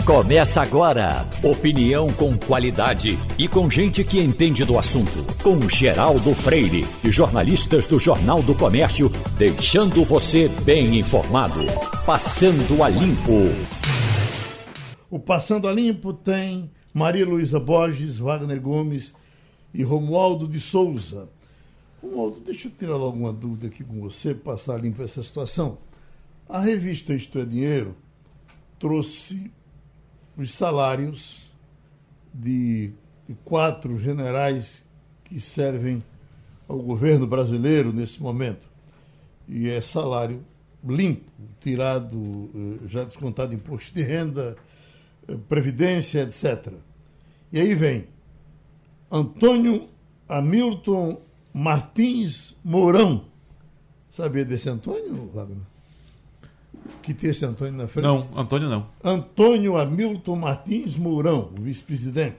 Começa agora. Opinião com qualidade e com gente que entende do assunto. Com Geraldo Freire e jornalistas do Jornal do Comércio, deixando você bem informado. Passando a Limpo. O Passando a Limpo tem Maria Luísa Borges, Wagner Gomes e Romualdo de Souza. Romualdo, deixa eu tirar logo uma dúvida aqui com você, passar a limpo essa situação. A revista Isto é Dinheiro trouxe os salários de 4 generais que servem ao governo brasileiro nesse momento. E é salário limpo, tirado, já descontado imposto de renda, previdência, etc. E aí vem Antônio Hamilton Martins Mourão. Sabia desse Antônio, Wagner? Que tem esse Antônio na frente? Não, Antônio não. Antônio Hamilton Martins Mourão, o vice-presidente.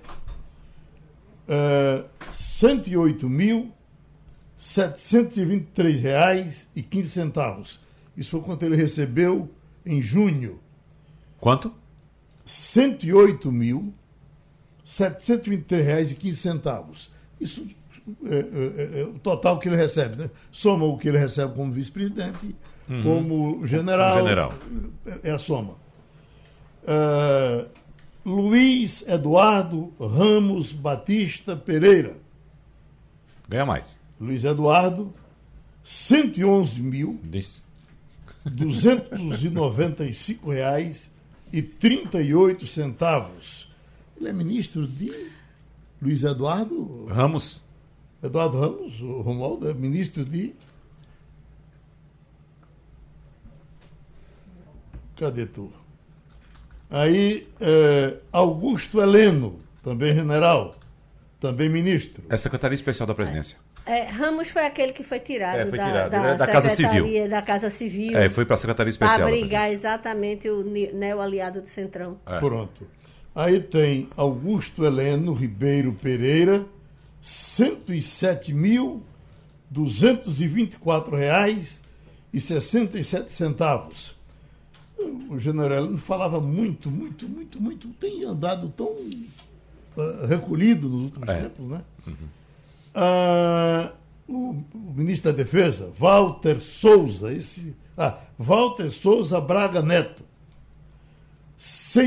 R$ 108.723,15. Isso foi quanto ele recebeu em junho. Quanto? R$ 108.723,15. Isso é o total que ele recebe, né? Soma o que ele recebe como vice-presidente, como general. É a soma. Luiz Eduardo Ramos Batista Pereira. Ganha mais. Luiz Eduardo, R$ 111.295,38. Ele é ministro de Luiz Eduardo Ramos. Eduardo Ramos, o Romualdo, é ministro de... Cadê tu? Aí, Augusto Heleno, também general, também ministro. É Secretaria Especial da Presidência. Ramos foi aquele que foi tirado, da Casa Civil. Da Casa Civil. Foi para a Secretaria Especial. Para abrigar exatamente o neo-aliado do Centrão. Pronto. Aí tem Augusto Heleno Ribeiro Pereira, R$ 107.224,67. O general não falava muito, tem andado tão recolhido nos últimos tempos, né? O ministro da Defesa, Walter Souza, Walter Souza Braga Neto, R$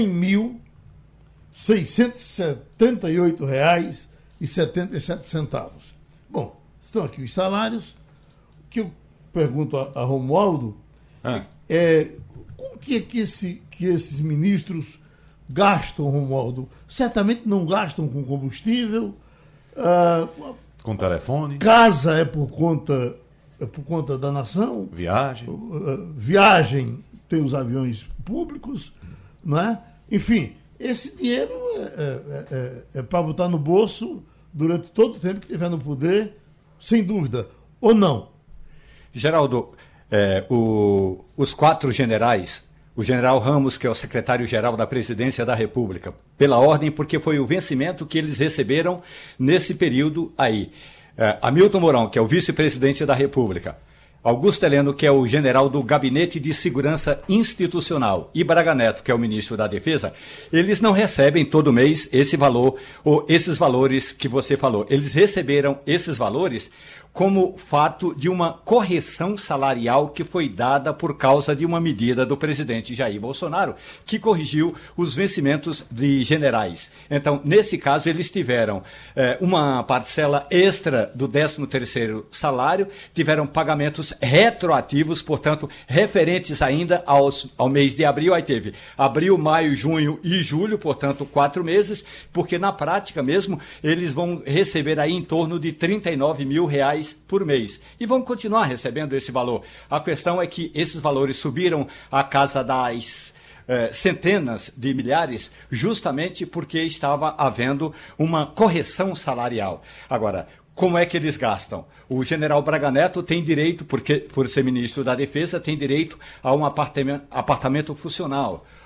100.678,77. Bom, estão aqui os salários. O que eu pergunto a Romualdo é como que é que esses ministros gastam, Romualdo? Certamente não gastam com combustível. Com telefone. Casa é por conta da nação. Viagem. Viagem tem os aviões públicos, não é? Enfim, esse dinheiro é para botar no bolso durante todo o tempo que estiver no poder, sem dúvida, ou não? Geraldo, os 4 generais, o general Ramos, que é o secretário-geral da Presidência da República, pela ordem, porque foi o vencimento que eles receberam nesse período aí. Hamilton Mourão, que é o vice-presidente da República. Augusto Heleno, que é o general do Gabinete de Segurança Institucional, e Braga Neto, que é o ministro da Defesa, eles não recebem todo mês esse valor, ou esses valores que você falou. Eles receberam esses valores como fato de uma correção salarial que foi dada por causa de uma medida do presidente Jair Bolsonaro, que corrigiu os vencimentos de generais. Então, nesse caso, eles tiveram uma parcela extra do 13º salário, tiveram pagamentos retroativos, portanto, referentes ainda ao mês de abril. Aí teve abril, maio, junho e julho, portanto, 4 meses, porque na prática mesmo, eles vão receber aí em torno de R$ 39 mil por mês. E vão continuar recebendo esse valor. A questão é que esses valores subiram à casa das centenas de milhares, justamente porque estava havendo uma correção salarial. Agora, como é que eles gastam? O general Braga Neto tem direito, por ser ministro da Defesa, tem direito a um apartamento funcional.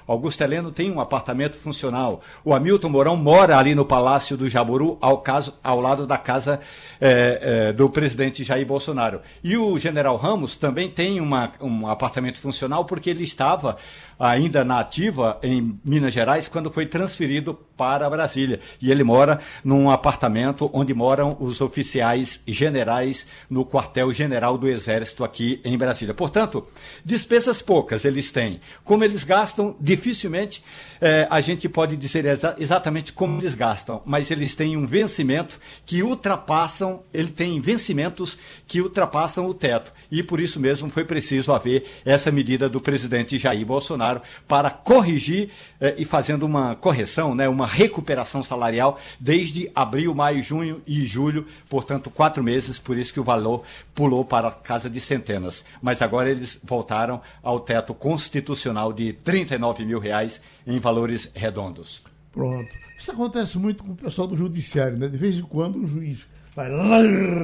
Augusto Heleno tem um apartamento funcional. O Hamilton Mourão mora ali no Palácio do Jaburu, ao lado da casa do presidente Jair Bolsonaro. E o general Ramos também tem um apartamento funcional porque ele estava ainda na ativa em Minas Gerais quando foi transferido para Brasília. E ele mora num apartamento onde moram os oficiais generais no quartel-general do Exército aqui em Brasília. Portanto, despesas poucas eles têm. Como eles gastam, dificilmente a gente pode dizer exatamente como eles gastam, mas eles têm um vencimento que vencimentos que ultrapassam o teto. E por isso mesmo foi preciso haver essa medida do presidente Jair Bolsonaro para corrigir e fazendo uma correção, né, uma recuperação salarial desde abril, maio, junho e julho, portanto 4 meses, por isso que o valor pulou para a casa de centenas. Mas agora eles voltaram ao teto constitucional de R$39 mil em valores redondos. Pronto. Isso acontece muito com o pessoal do judiciário, né? De vez em quando o juiz vai lá...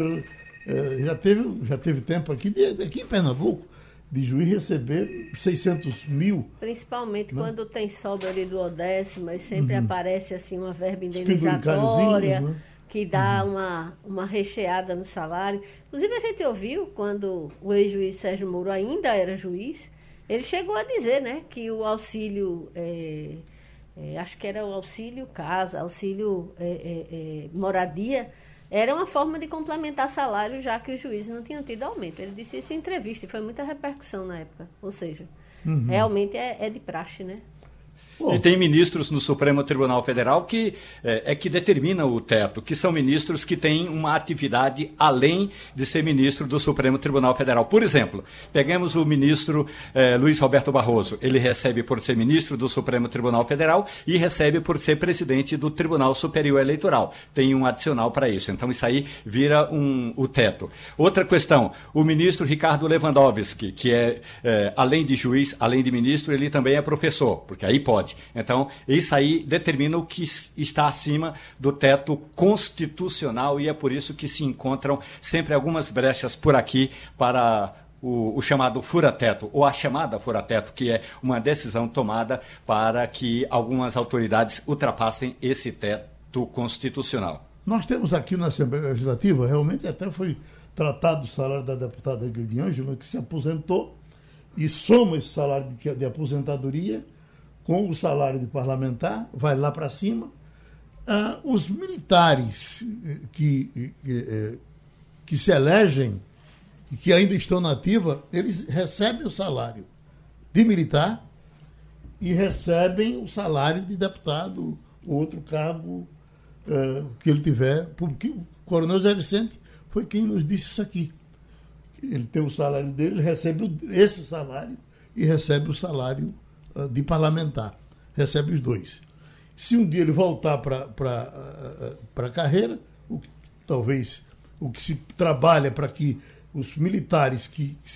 Já teve tempo aqui em Pernambuco de juiz receber 600 mil. Principalmente, né? Quando tem sobra ali do O10, mas sempre aparece assim uma verba indenizatória, né? Que dá uma recheada no salário. Inclusive, a gente ouviu, quando o ex-juiz Sérgio Moro ainda era juiz, ele chegou a dizer, né, que o auxílio, acho que era o auxílio casa, auxílio moradia, era uma forma de complementar salário, já que os juízes não tinham tido aumento. Ele disse isso em entrevista e foi muita repercussão na época. Ou seja, realmente é de praxe, né? E tem ministros no Supremo Tribunal Federal que determinam o teto, que são ministros que têm uma atividade além de ser ministro do Supremo Tribunal Federal. Por exemplo, peguemos o ministro Luiz Roberto Barroso. Ele recebe por ser ministro do Supremo Tribunal Federal e recebe por ser presidente do Tribunal Superior Eleitoral. Tem um adicional para isso. Então, isso aí vira o teto. Outra questão, o ministro Ricardo Lewandowski, que além de juiz, além de ministro, ele também é professor, porque aí pode. Então, isso aí determina o que está acima do teto constitucional e é por isso que se encontram sempre algumas brechas por aqui para o chamado fura-teto, ou a chamada fura-teto, que é uma decisão tomada para que algumas autoridades ultrapassem esse teto constitucional. Nós temos aqui na Assembleia Legislativa, realmente até foi tratado o salário da deputada Ingrid Ângelo, que se aposentou, e soma esse salário de aposentadoria com o salário de parlamentar, vai lá para cima. Os militares que se elegem e que ainda estão na ativa, eles recebem o salário de militar e recebem o salário de deputado, outro cargo que ele tiver. Porque o coronel Zé Vicente foi quem nos disse isso aqui. Ele tem o salário dele, ele recebe esse salário e recebe o salário de parlamentar, recebe os dois. Se um dia ele voltar para a carreira, talvez o que se trabalha para que os militares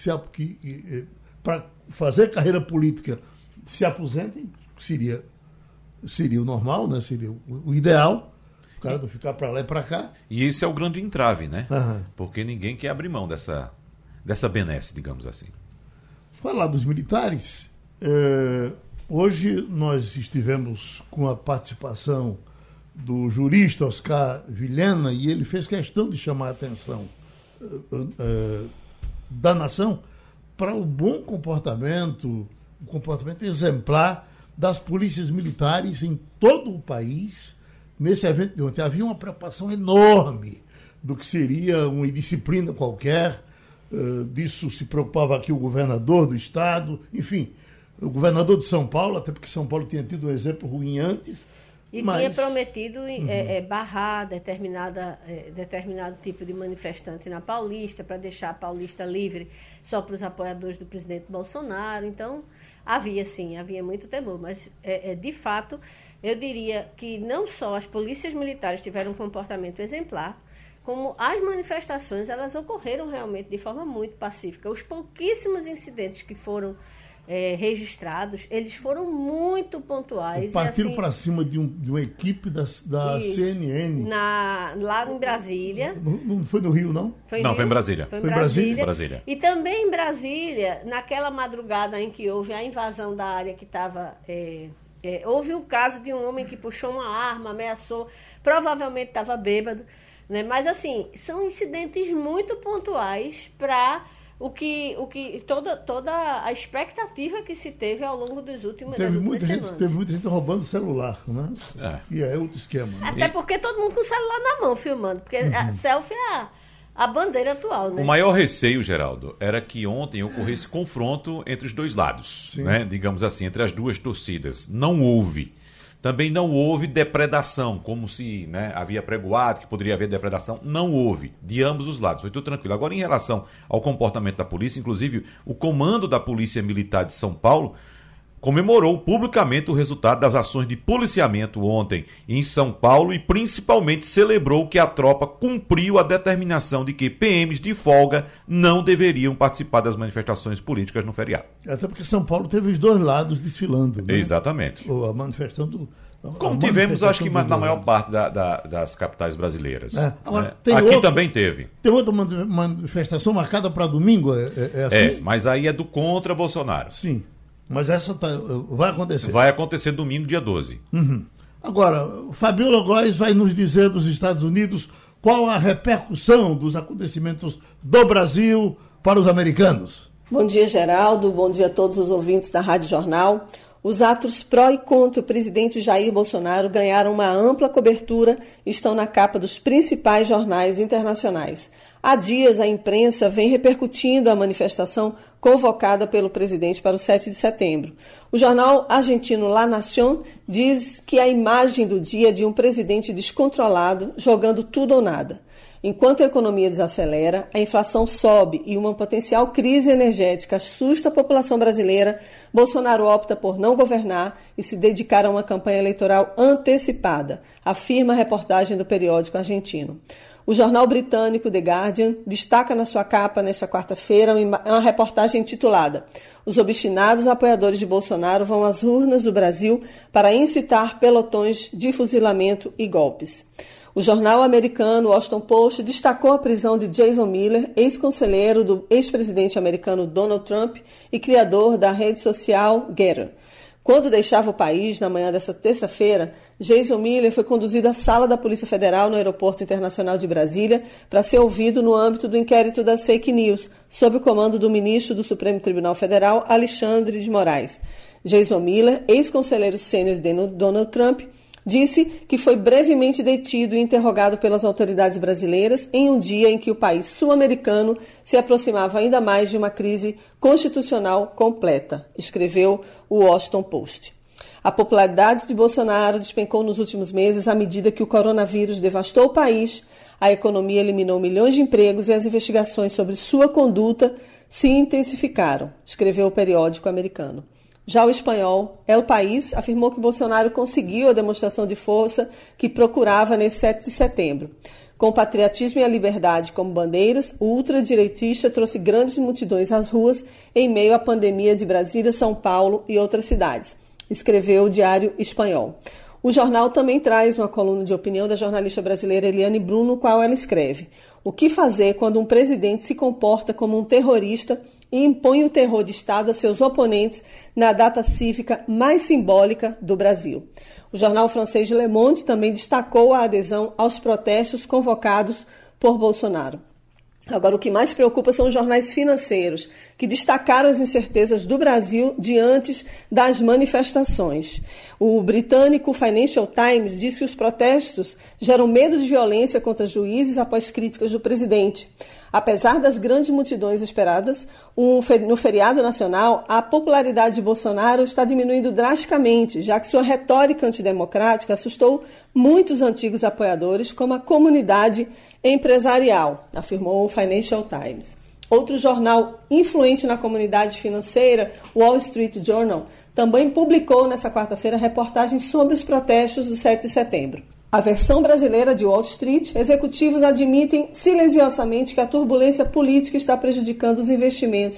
para fazer carreira política se aposentem, seria o normal, né? Seria o ideal, o cara não ficar para lá e para cá. E esse é o grande entrave, né? Porque ninguém quer abrir mão dessa benesse, digamos assim. Falar dos militares... Hoje nós estivemos com a participação do jurista Oscar Vilhena e ele fez questão de chamar a atenção da nação para o bom comportamento, o comportamento exemplar das polícias militares em todo o país. Nesse evento de ontem havia uma preocupação enorme do que seria uma indisciplina qualquer, disso se preocupava aqui o governador do estado, enfim... O governador de São Paulo, até porque São Paulo tinha tido um exemplo ruim antes. E tinha prometido barrar determinado tipo de manifestante na Paulista, para deixar a Paulista livre só para os apoiadores do presidente Bolsonaro. Então, havia muito temor. Mas, de fato, eu diria que não só as polícias militares tiveram um comportamento exemplar, como as manifestações, elas ocorreram realmente de forma muito pacífica. Os pouquíssimos incidentes que foram registrados, eles foram muito pontuais. Partiram assim, para cima de uma equipe da CNN. Lá em Brasília. Não foi no Rio, não? Foi em Brasília. Foi em Brasília. E também em Brasília, naquela madrugada em que houve a invasão da área que estava... houve um caso de um homem que puxou uma arma, ameaçou, provavelmente estava bêbado, né? Mas, assim, são incidentes muito pontuais para toda a expectativa que se teve ao longo das últimas semanas. Teve muita gente roubando celular, né? E é outro esquema. Né? Até porque todo mundo com o celular na mão, filmando, porque a selfie é a bandeira atual, né? O maior receio, Geraldo, era que ontem ocorresse confronto entre os dois lados, né? Digamos assim, entre as duas torcidas. Não houve. Também não houve depredação, como se, né, havia pregoado que poderia haver depredação. Não houve, de ambos os lados. Foi tudo tranquilo. Agora, em relação ao comportamento da polícia, inclusive o comando da Polícia Militar de São Paulo comemorou publicamente o resultado das ações de policiamento ontem em São Paulo e principalmente celebrou que a tropa cumpriu a determinação de que PMs de folga não deveriam participar das manifestações políticas no feriado. Até porque São Paulo teve os dois lados desfilando. Né? Exatamente. A manifestação do... Como tivemos, acho que na maior parte das capitais brasileiras. Agora, aqui também teve. Tem outra manifestação marcada para domingo? É assim? Mas aí é do contra Bolsonaro. Sim. Mas essa vai acontecer. Vai acontecer domingo, dia 12. Agora, Fabiola Góes vai nos dizer dos Estados Unidos qual a repercussão dos acontecimentos do Brasil para os americanos. Bom dia, Geraldo. Bom dia a todos os ouvintes da Rádio Jornal. Os atos pró e contra o presidente Jair Bolsonaro ganharam uma ampla cobertura e estão na capa dos principais jornais internacionais. Há dias, a imprensa vem repercutindo a manifestação convocada pelo presidente para o 7 de setembro. O jornal argentino La Nación diz que a imagem do dia é de um presidente descontrolado, jogando tudo ou nada. Enquanto a economia desacelera, a inflação sobe e uma potencial crise energética assusta a população brasileira, Bolsonaro opta por não governar e se dedicar a uma campanha eleitoral antecipada, afirma a reportagem do periódico argentino. O jornal britânico The Guardian destaca na sua capa, nesta quarta-feira, uma reportagem intitulada "Os obstinados apoiadores de Bolsonaro vão às urnas do Brasil para incitar pelotões de fuzilamento e golpes." O jornal americano Washington Post destacou a prisão de Jason Miller, ex-conselheiro do ex-presidente americano Donald Trump e criador da rede social Gettr. Quando deixava o país, na manhã desta terça-feira, Jason Miller foi conduzido à sala da Polícia Federal no Aeroporto Internacional de Brasília para ser ouvido no âmbito do inquérito das fake news, sob o comando do ministro do Supremo Tribunal Federal, Alexandre de Moraes. Jason Miller, ex-conselheiro sênior de Donald Trump, disse que foi brevemente detido e interrogado pelas autoridades brasileiras em um dia em que o país sul-americano se aproximava ainda mais de uma crise constitucional completa, escreveu o Washington Post. A popularidade de Bolsonaro despencou nos últimos meses à medida que o coronavírus devastou o país, a economia eliminou milhões de empregos e as investigações sobre sua conduta se intensificaram, escreveu o periódico americano. Já o espanhol El País afirmou que Bolsonaro conseguiu a demonstração de força que procurava nesse 7 de setembro. Com o patriotismo e a liberdade como bandeiras, o ultradireitista trouxe grandes multidões às ruas em meio à pandemia de Brasília, São Paulo e outras cidades, escreveu o Diário Espanhol. O jornal também traz uma coluna de opinião da jornalista brasileira Eliane Brum, no qual ela escreve: "O que fazer quando um presidente se comporta como um terrorista e impõe o terror de Estado a seus oponentes na data cívica mais simbólica do Brasil?" O jornal francês Le Monde também destacou a adesão aos protestos convocados por Bolsonaro. Agora, o que mais preocupa são os jornais financeiros, que destacaram as incertezas do Brasil diante das manifestações. O britânico Financial Times diz que os protestos geram medo de violência contra juízes após críticas do presidente. Apesar das grandes multidões esperadas, no feriado nacional, a popularidade de Bolsonaro está diminuindo drasticamente, já que sua retórica antidemocrática assustou muitos antigos apoiadores, como a comunidade empresarial, afirmou o Financial Times. Outro jornal influente na comunidade financeira, o Wall Street Journal, também publicou nesta quarta-feira reportagens sobre os protestos do 7 de setembro. A versão brasileira de Wall Street, executivos admitem silenciosamente que a turbulência política está prejudicando os investimentos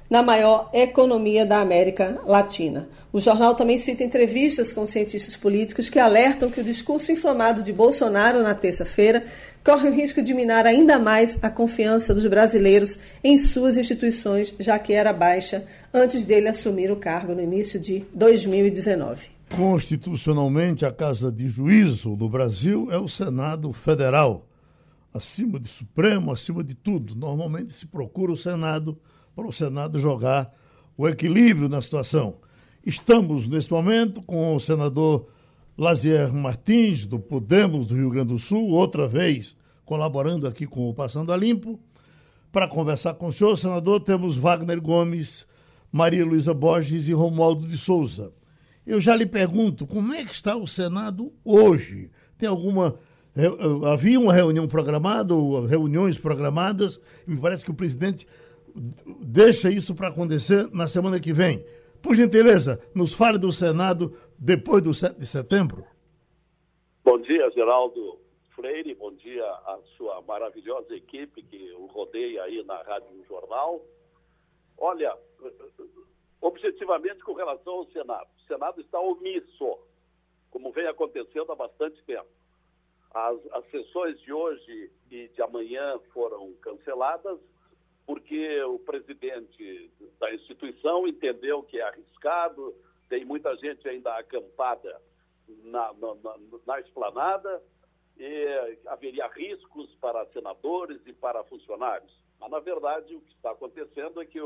na maior economia da América Latina. O jornal também cita entrevistas com cientistas políticos que alertam que o discurso inflamado de Bolsonaro na terça-feira corre o risco de minar ainda mais a confiança dos brasileiros em suas instituições, já que era baixa antes dele assumir o cargo no início de 2019. Constitucionalmente, a casa de juízo do Brasil é o Senado Federal. Acima de Supremo, acima de tudo. Normalmente se procura o Senado para o Senado jogar o equilíbrio na situação. Estamos, nesse momento, com o senador Lazier Martins, do Podemos, do Rio Grande do Sul, outra vez colaborando aqui com o Passando a Limpo. Para conversar com o senhor, senador, temos Wagner Gomes, Maria Luísa Borges e Romualdo de Souza. Eu já lhe pergunto, como é que está o Senado hoje? Tem havia uma reunião programada, ou reuniões programadas, e me parece que o presidente deixa isso para acontecer na semana que vem. Por gentileza, nos fale do Senado depois do 7 de setembro. Bom dia, Geraldo Freire, bom dia à sua maravilhosa equipe que o rodeia aí na Rádio Jornal. Olha, objetivamente com relação ao Senado, o Senado está omisso, como vem acontecendo há bastante tempo. As sessões de hoje e de amanhã foram canceladas porque o presidente da instituição entendeu que é arriscado, tem muita gente ainda acampada na esplanada e haveria riscos para senadores e para funcionários. Mas, na verdade, o que está acontecendo é que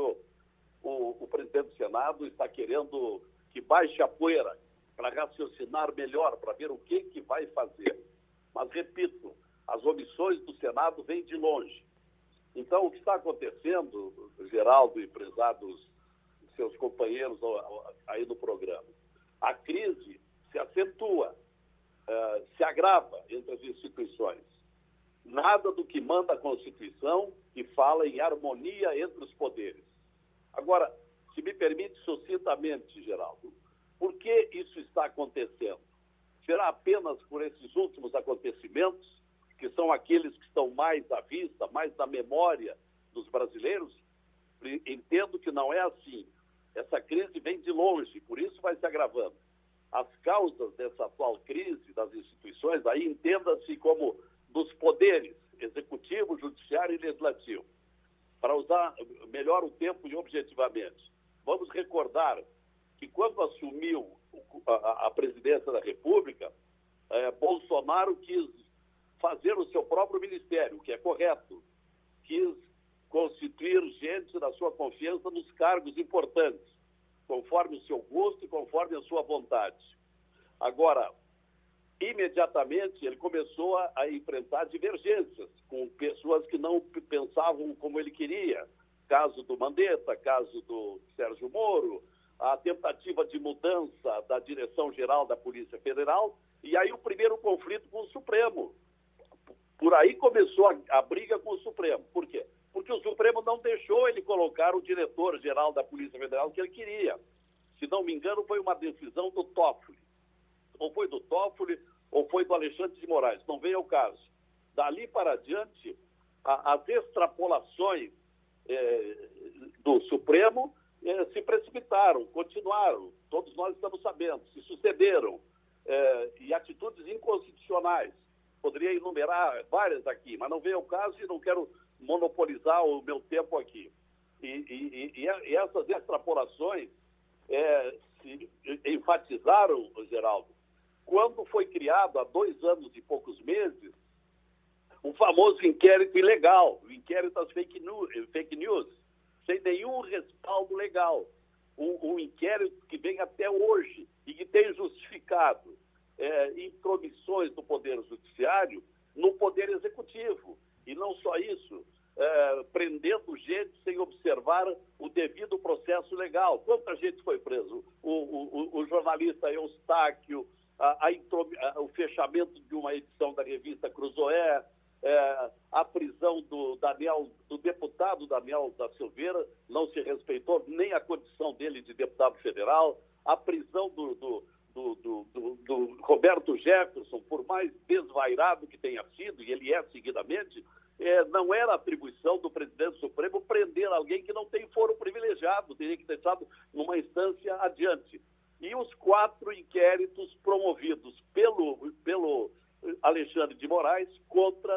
o presidente do Senado está querendo que baixe a poeira para raciocinar melhor, para ver o que vai fazer. Mas, repito, as omissões do Senado vêm de longe. Então, o que está acontecendo, Geraldo e prezados seus companheiros aí no programa, a crise se acentua, se agrava entre as instituições. Nada do que manda a Constituição e fala em harmonia entre os poderes. Agora, se me permite sucintamente, Geraldo, por que isso está acontecendo? Será apenas por esses últimos acontecimentos, que são aqueles que estão mais à vista, mais na memória dos brasileiros? Entendo que não é assim. Essa crise vem de longe, por isso vai se agravando. As causas dessa atual crise das instituições, aí entenda-se como dos poderes, executivo, judiciário e legislativo. Para usar melhor o tempo e objetivamente, vamos recordar que quando assumiu a presidência da República, Bolsonaro quis fazer o seu próprio ministério, o que é correto. Quis constituir gente da sua confiança nos cargos importantes, conforme o seu gosto e conforme a sua vontade. Agora, imediatamente ele começou a enfrentar divergências com pessoas que não pensavam como ele queria. Caso do Mandetta, caso do Sérgio Moro, a tentativa de mudança da direção-geral da Polícia Federal, e aí o primeiro conflito com o Supremo. Por aí começou a briga com o Supremo. Por quê? Porque o Supremo não deixou ele colocar o diretor-geral da Polícia Federal que ele queria. Se não me engano, foi uma decisão do Toffoli. Ou foi do Toffoli, ou foi do Alexandre de Moraes. Não veio ao caso. Dali para diante, as extrapolações do Supremo se precipitaram, continuaram. Todos nós estamos sabendo, se sucederam. E atitudes inconstitucionais. Poderia enumerar várias aqui, mas não veio ao caso e não quero monopolizar o meu tempo aqui. E essas extrapolações se enfatizaram, Geraldo, quando foi criado, há 2 anos e poucos meses, o famoso inquérito ilegal, o inquérito das fake news, sem nenhum respaldo legal. Um inquérito que vem até hoje e que tem justificado intromissões do Poder Judiciário no Poder Executivo. E não só isso, prendendo gente sem observar o devido processo legal. Quanta gente foi preso? O jornalista Eustáquio, o fechamento de uma edição da revista Cruzoé, a prisão do deputado Daniel da Silveira, não se respeitou nem a condição dele de deputado federal, a prisão do Roberto Jefferson, por mais desvairado que tenha sido, e ele é seguidamente, não era atribuição do presidente do Supremo prender alguém que não tem foro privilegiado, teria que ter estado numa instância adiante. E os 4 inquéritos promovidos pelo Alexandre de Moraes contra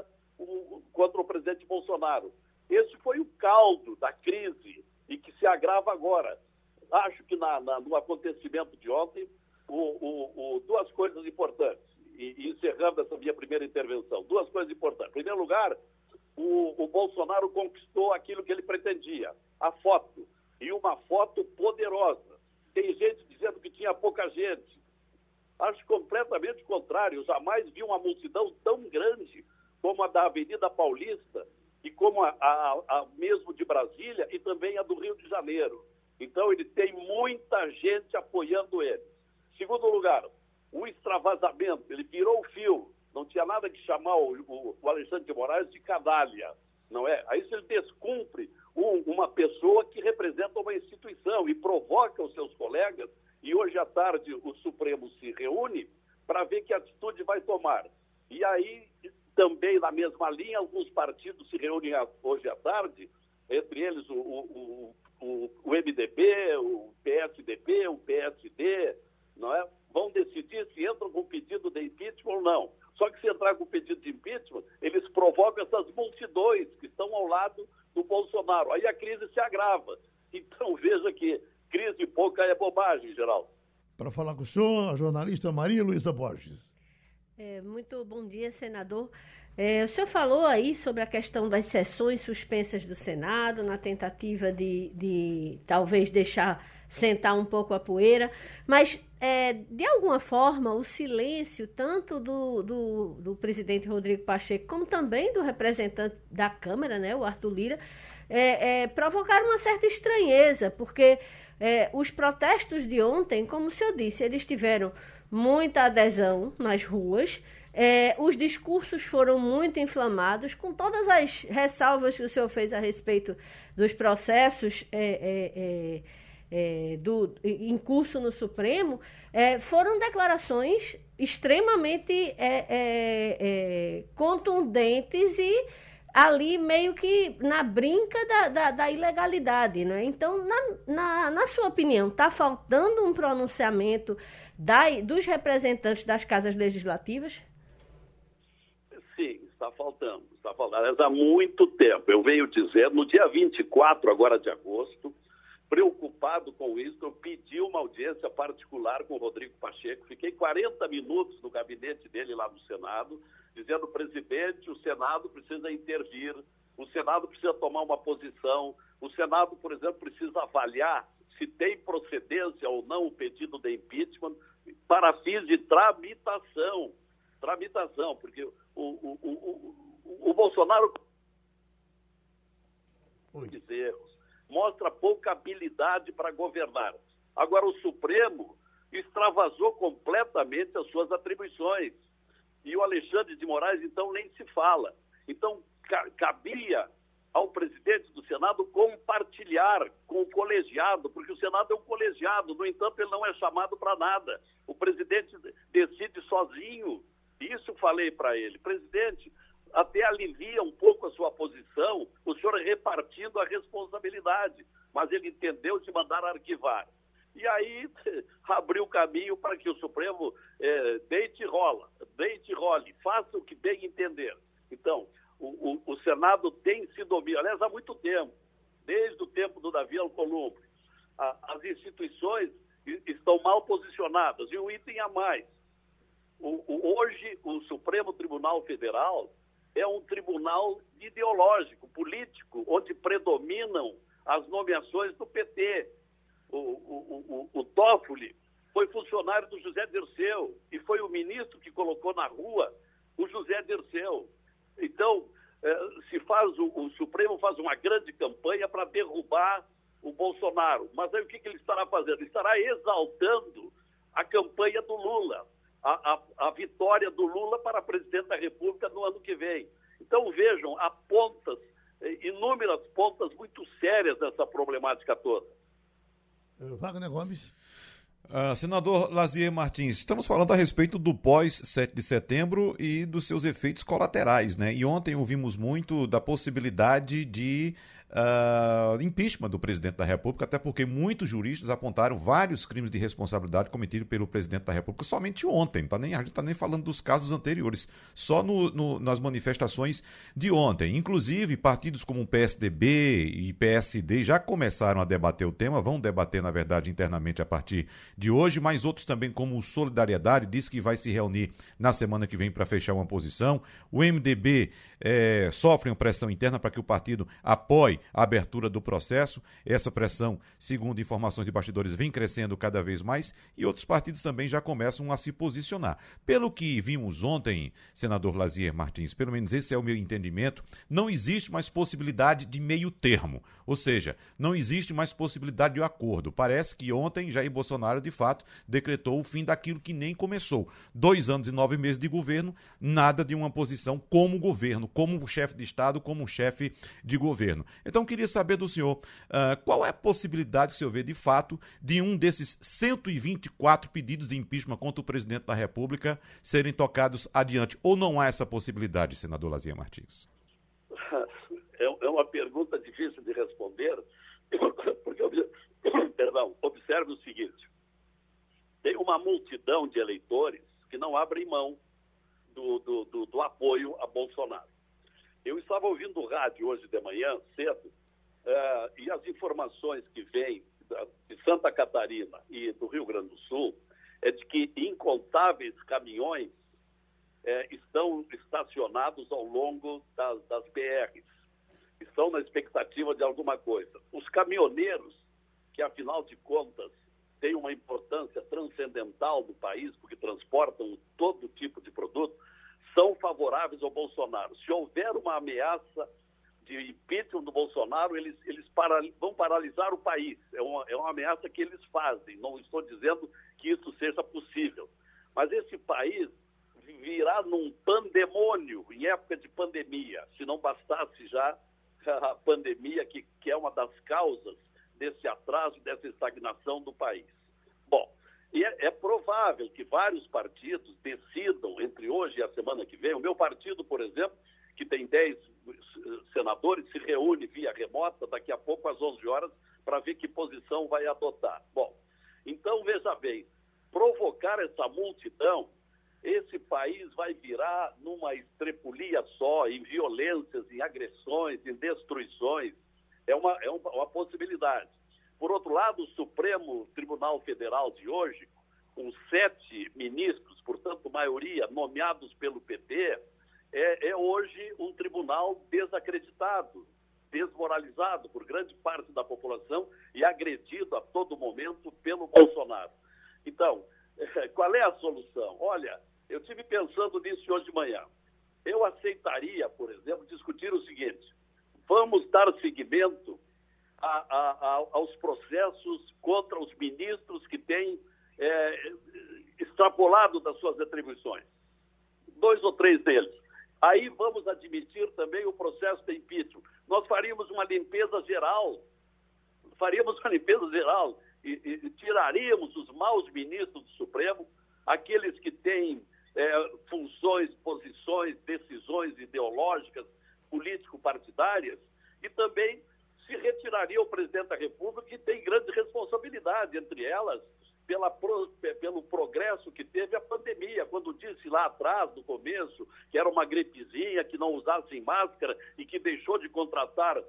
o presidente Bolsonaro. Esse foi o caldo da crise e que se agrava agora. Acho que no acontecimento de ontem, duas coisas importantes, e encerrando essa minha primeira intervenção, duas coisas importantes. Em primeiro lugar, o Bolsonaro conquistou aquilo que ele pretendia, a foto, e uma foto poderosa. Tem gente dizendo que tinha pouca gente. Acho completamente contrário. Eu jamais vi uma multidão tão grande como a da Avenida Paulista e como a mesmo de Brasília e também a do Rio de Janeiro. Então, ele tem muita gente apoiando ele. Segundo lugar, o extravasamento. Ele virou o fio. Não tinha nada que chamar o Alexandre de Moraes de canalha, não é? Aí, se ele descumpre uma pessoa que representa uma instituição e provoca os seus colegas, e hoje à tarde o Supremo se reúne para ver que atitude vai tomar. E aí, também na mesma linha, alguns partidos se reúnem hoje à tarde, entre eles o MDB, o PSDB, o PSD, não é? Vão decidir se entram com pedido de impeachment ou não. Só que se entrar com pedido de impeachment, eles provocam essas multidões que estão ao lado do Bolsonaro. Aí a crise se agrava. Então veja que crise pouca é bobagem, Geraldo. Para falar com o senhor, a jornalista Maria Luísa Borges. Muito bom dia, senador. O senhor falou aí sobre a questão das sessões suspensas do Senado, na tentativa de talvez deixar sentar um pouco a poeira, mas, de alguma forma, o silêncio tanto do presidente Rodrigo Pacheco como também do representante da Câmara, né, o Arthur Lira, provocaram uma certa estranheza, porque os protestos de ontem, como o senhor disse, eles tiveram muita adesão nas ruas, os discursos foram muito inflamados, com todas as ressalvas que o senhor fez a respeito dos processos em curso no Supremo, foram declarações extremamente contundentes e ali meio que na brinca da ilegalidade, né? Então, na sua opinião, está faltando um pronunciamento dos representantes das casas legislativas? Sim, está faltando. Aliás, há muito tempo. Eu venho dizendo, no dia 24 agora de agosto, preocupado com isso, eu pedi uma audiência particular com o Rodrigo Pacheco. Fiquei 40 minutos no gabinete dele lá no Senado, dizendo, presidente, o Senado precisa intervir, o Senado precisa tomar uma posição, o Senado, por exemplo, precisa avaliar se tem procedência ou não o pedido de impeachment para fins de tramitação, porque o Bolsonaro erros, mostra pouca habilidade para governar. Agora, o Supremo extravasou completamente as suas atribuições. E o Alexandre de Moraes, então, nem se fala. Então, cabia ao presidente do Senado compartilhar com o colegiado, porque o Senado é um colegiado, no entanto, ele não é chamado para nada. O presidente decide sozinho. Isso falei para ele. Presidente, até alivia um pouco a sua posição, o senhor repartindo a responsabilidade, mas ele entendeu de mandar arquivar. E aí abriu caminho para que o Supremo deite e role, faça o que bem entender. Então, o Senado tem sido ouvido, aliás, há muito tempo, desde o tempo do Davi Alcolumbre. As instituições estão mal posicionadas, e um item a mais. Hoje, o Supremo Tribunal Federal é um tribunal ideológico, político, onde predominam as nomeações do PT. O Toffoli foi funcionário do José Dirceu e foi o ministro que colocou na rua o José Dirceu. Então, o Supremo faz uma grande campanha para derrubar o Bolsonaro. Mas aí o que ele estará fazendo? Ele estará exaltando a campanha do Lula, a vitória do Lula para presidente da República no ano que vem. Então, vejam, há inúmeras pontas muito sérias dessa problemática toda. Wagner Gomes. Senador Lazier Martins, estamos falando a respeito do pós-7 de setembro e dos seus efeitos colaterais, né? E ontem ouvimos muito da possibilidade de impeachment do presidente da República, até porque muitos juristas apontaram vários crimes de responsabilidade cometidos pelo presidente da República somente ontem. A gente não está nem falando dos casos anteriores, só nas manifestações de ontem. Inclusive, partidos como o PSDB e PSD já começaram a debater o tema, vão debater, na verdade, internamente a partir de hoje, mas outros também, como o Solidariedade, diz que vai se reunir na semana que vem para fechar uma posição. O MDB sofre uma pressão interna para que o partido apoie a abertura do processo. Essa pressão, segundo informações de bastidores, vem crescendo cada vez mais e outros partidos também já começam a se posicionar. Pelo que vimos ontem, senador Lazier Martins, pelo menos esse é o meu entendimento, não existe mais possibilidade de meio termo, ou seja, não existe mais possibilidade de acordo. Parece que ontem Jair Bolsonaro, de fato, decretou o fim daquilo que nem começou. 2 anos e 9 meses de governo, nada de uma posição como governo, como chefe de Estado, como chefe de governo. Então, queria saber do senhor, qual é a possibilidade que o senhor vê, de fato, de um desses 124 pedidos de impeachment contra o presidente da República serem tocados adiante? Ou não há essa possibilidade, senador Lazier Martins? É uma pergunta difícil de responder, porque, observe o seguinte, tem uma multidão de eleitores que não abrem mão do apoio a Bolsonaro. Eu estava ouvindo o rádio hoje de manhã, cedo, e as informações que vêm de Santa Catarina e do Rio Grande do Sul é de que incontáveis caminhões estão estacionados ao longo das BRs. Estão na expectativa de alguma coisa. Os caminhoneiros, que afinal de contas têm uma importância transcendental no país, porque transportam todo tipo de produto, são favoráveis ao Bolsonaro. Se houver uma ameaça de impeachment do Bolsonaro, eles vão paralisar o país. É uma ameaça que eles fazem. Não estou dizendo que isso seja possível. Mas esse país virá num pandemônio em época de pandemia, se não bastasse já a pandemia, que é uma das causas desse atraso, dessa estagnação do país. Bom, e é provável que vários partidos decidam entre hoje e a semana que vem. O meu partido, por exemplo, que tem 10 senadores, se reúne via remota daqui a pouco às 11 horas para ver que posição vai adotar. Bom, então veja bem, provocar essa multidão, esse país vai virar numa estrepulia só, em violências, em agressões, em destruições. É uma possibilidade. Por outro lado, o Supremo Tribunal Federal de hoje, com 7 ministros, portanto, maioria, nomeados pelo PT, é hoje um tribunal desacreditado, desmoralizado por grande parte da população e agredido a todo momento pelo Bolsonaro. Então, qual é a solução? Olha, eu estive pensando nisso hoje de manhã. Eu aceitaria, por exemplo, discutir o seguinte: vamos dar seguimento aos processos contra os ministros que têm extrapolado das suas atribuições. 2 ou 3 deles. Aí vamos admitir também o processo de impeachment. Nós faríamos uma limpeza geral. E tiraríamos os maus ministros do Supremo, aqueles que têm funções, posições, decisões ideológicas, político-partidárias, e também se retiraria o presidente da República, que tem grande responsabilidade, entre elas, pelo progresso que teve a pandemia, quando disse lá atrás, no começo, que era uma gripezinha, que não usassem máscara e que deixou de contratar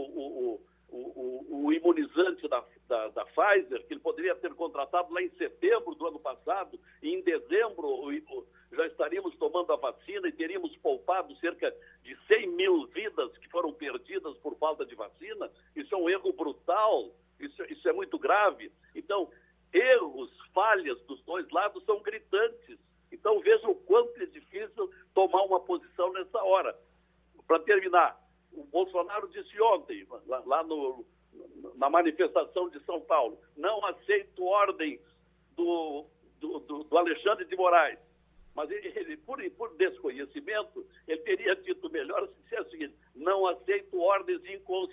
o imunizante da Pfizer, que ele poderia ter contratado lá em setembro do ano passado, e em dezembro já estaríamos tomando a vacina e teríamos poupado cerca de 100 mil vidas que foram perdidas por falta de vacina. Isso é um erro brutal, isso é muito grave. Então, erros, falhas dos 2 lados são gritantes. Então, vejam o quanto é difícil tomar uma posição nessa hora. Para terminar, o Bolsonaro disse ontem, lá na manifestação de São Paulo, não aceito ordens do Alexandre de Moraes. Mas ele, por desconhecimento, ele teria dito melhor se dissesse o seguinte: não aceito ordens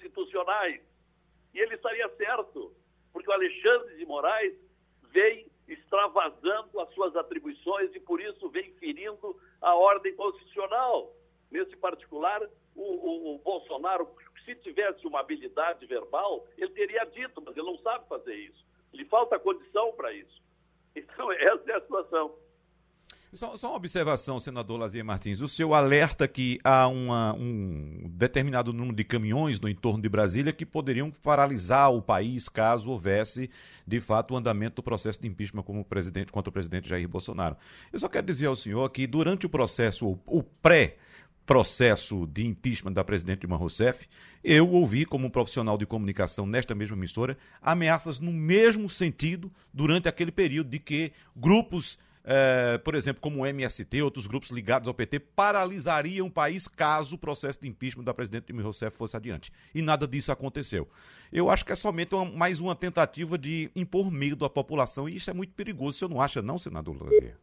inconstitucionais. E ele estaria certo, porque o Alexandre de Moraes vem extravasando as suas atribuições e, por isso, vem ferindo a ordem constitucional. Nesse particular, o Bolsonaro, se tivesse uma habilidade verbal, ele teria dito, mas ele não sabe fazer isso. Lhe falta condição para isso. Então, essa é a situação. Só uma observação, senador Lazier Martins. O senhor alerta que há um determinado número de caminhões no entorno de Brasília que poderiam paralisar o país caso houvesse, de fato, o andamento do processo de impeachment contra o presidente Jair Bolsonaro. Eu só quero dizer ao senhor que durante o processo, o pré-processo de impeachment da presidente Dilma Rousseff, eu ouvi, como um profissional de comunicação nesta mesma emissora, ameaças no mesmo sentido durante aquele período de que grupos... por exemplo, como o MST, outros grupos ligados ao PT, paralisariam o país caso o processo de impeachment da presidente Dilma Rousseff fosse adiante. E nada disso aconteceu. Eu acho que é somente mais uma tentativa de impor medo à população, e isso é muito perigoso. O senhor não acha, não, senador Lazier?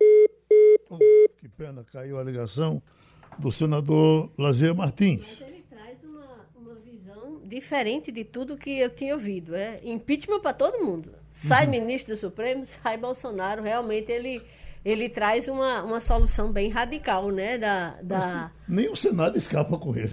Que pena, caiu a ligação do senador Lazier Martins. Mas ele traz uma visão diferente de tudo que eu tinha ouvido. Impeachment para todo mundo. Sai ministro do Supremo, sai Bolsonaro. Realmente ele traz uma solução bem radical, né? Nem o Senado escapa com ele.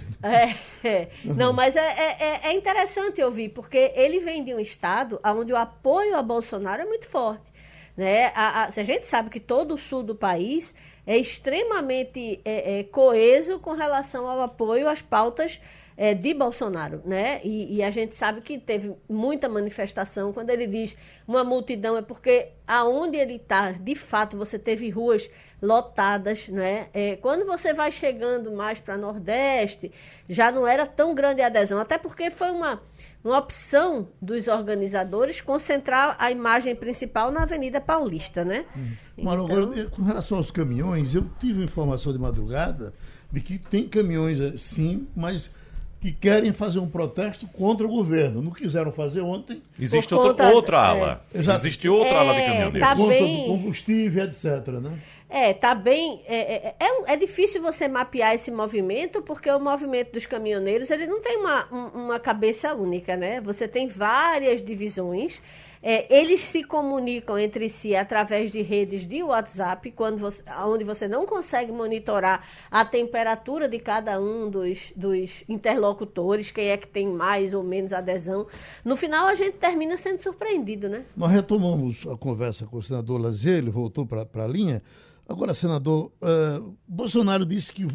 Não, mas é interessante ouvir, porque ele vem de um estado onde o apoio a Bolsonaro é muito forte. Né? A gente sabe que todo o sul do país é extremamente coeso com relação ao apoio às pautas de Bolsonaro, né? E a gente sabe que teve muita manifestação. Quando ele diz uma multidão, é porque aonde ele está, de fato, você teve ruas lotadas, né? Quando você vai chegando mais para Nordeste, já não era tão grande a adesão, até porque foi uma opção dos organizadores concentrar a imagem principal na Avenida Paulista, né? Mas agora, com relação aos caminhões, eu tive informação de madrugada de que tem caminhões, sim, mas que querem fazer um protesto contra o governo. Não quiseram fazer ontem. Existe outra ala. Existe outra ala de caminhoneiros. Tá contra bem... do combustível, etc., né? Tá bem. É difícil você mapear esse movimento, porque o movimento dos caminhoneiros ele não tem uma cabeça única, né? Você tem várias divisões. Eles se comunicam entre si através de redes de WhatsApp, onde você não consegue monitorar a temperatura de cada um dos interlocutores, quem é que tem mais ou menos adesão. No final, a gente termina sendo surpreendido, né? Nós retomamos a conversa com o senador Lazier, ele voltou para a linha. Agora, senador, Bolsonaro disse que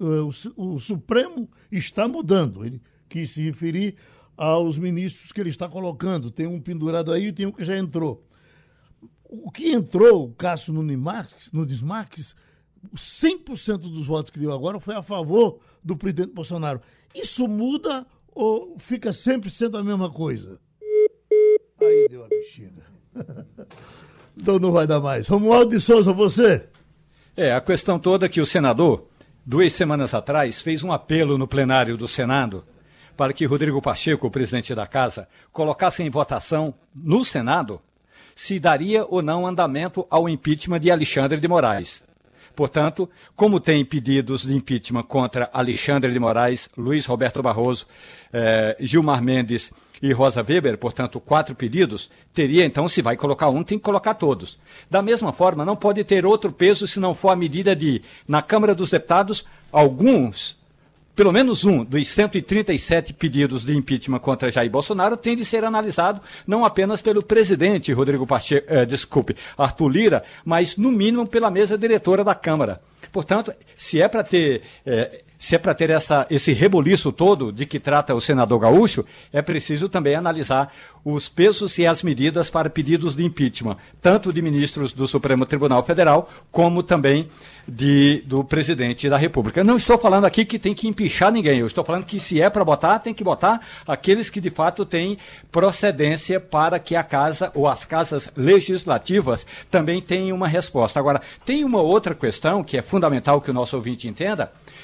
o Supremo está mudando. Ele quis se referir aos ministros que ele está colocando. Tem um pendurado aí e tem um que já entrou. O que entrou, o Cássio Nunes Marques, 100% dos votos que deu agora foi a favor do presidente Bolsonaro. Isso muda ou fica sempre sendo a mesma coisa? Aí deu a bexiga. Então não vai dar mais. Romualdo de Souza, você? A questão toda é que o senador, 2 semanas atrás, fez um apelo no plenário do Senado para que Rodrigo Pacheco, o presidente da Casa, colocasse em votação no Senado se daria ou não andamento ao impeachment de Alexandre de Moraes. Portanto, como tem pedidos de impeachment contra Alexandre de Moraes, Luiz Roberto Barroso, Gilmar Mendes e Rosa Weber, portanto, 4 pedidos, teria então, se vai colocar um, tem que colocar todos. Da mesma forma, não pode ter outro peso se não for a medida de, na Câmara dos Deputados, pelo menos um dos 137 pedidos de impeachment contra Jair Bolsonaro tem de ser analisado não apenas pelo presidente Arthur Lira, mas no mínimo pela mesa diretora da Câmara. Portanto, se é para ter esse reboliço todo de que trata o senador Gaúcho, é preciso também analisar os pesos e as medidas para pedidos de impeachment, tanto de ministros do Supremo Tribunal Federal, como também do presidente da República. Não estou falando aqui que tem que empichar ninguém, eu estou falando que se é para botar, tem que botar aqueles que de fato têm procedência para que a casa ou as casas legislativas também tenham uma resposta. Agora, tem uma outra questão que é fundamental que o nosso ouvinte entenda, que o Supremo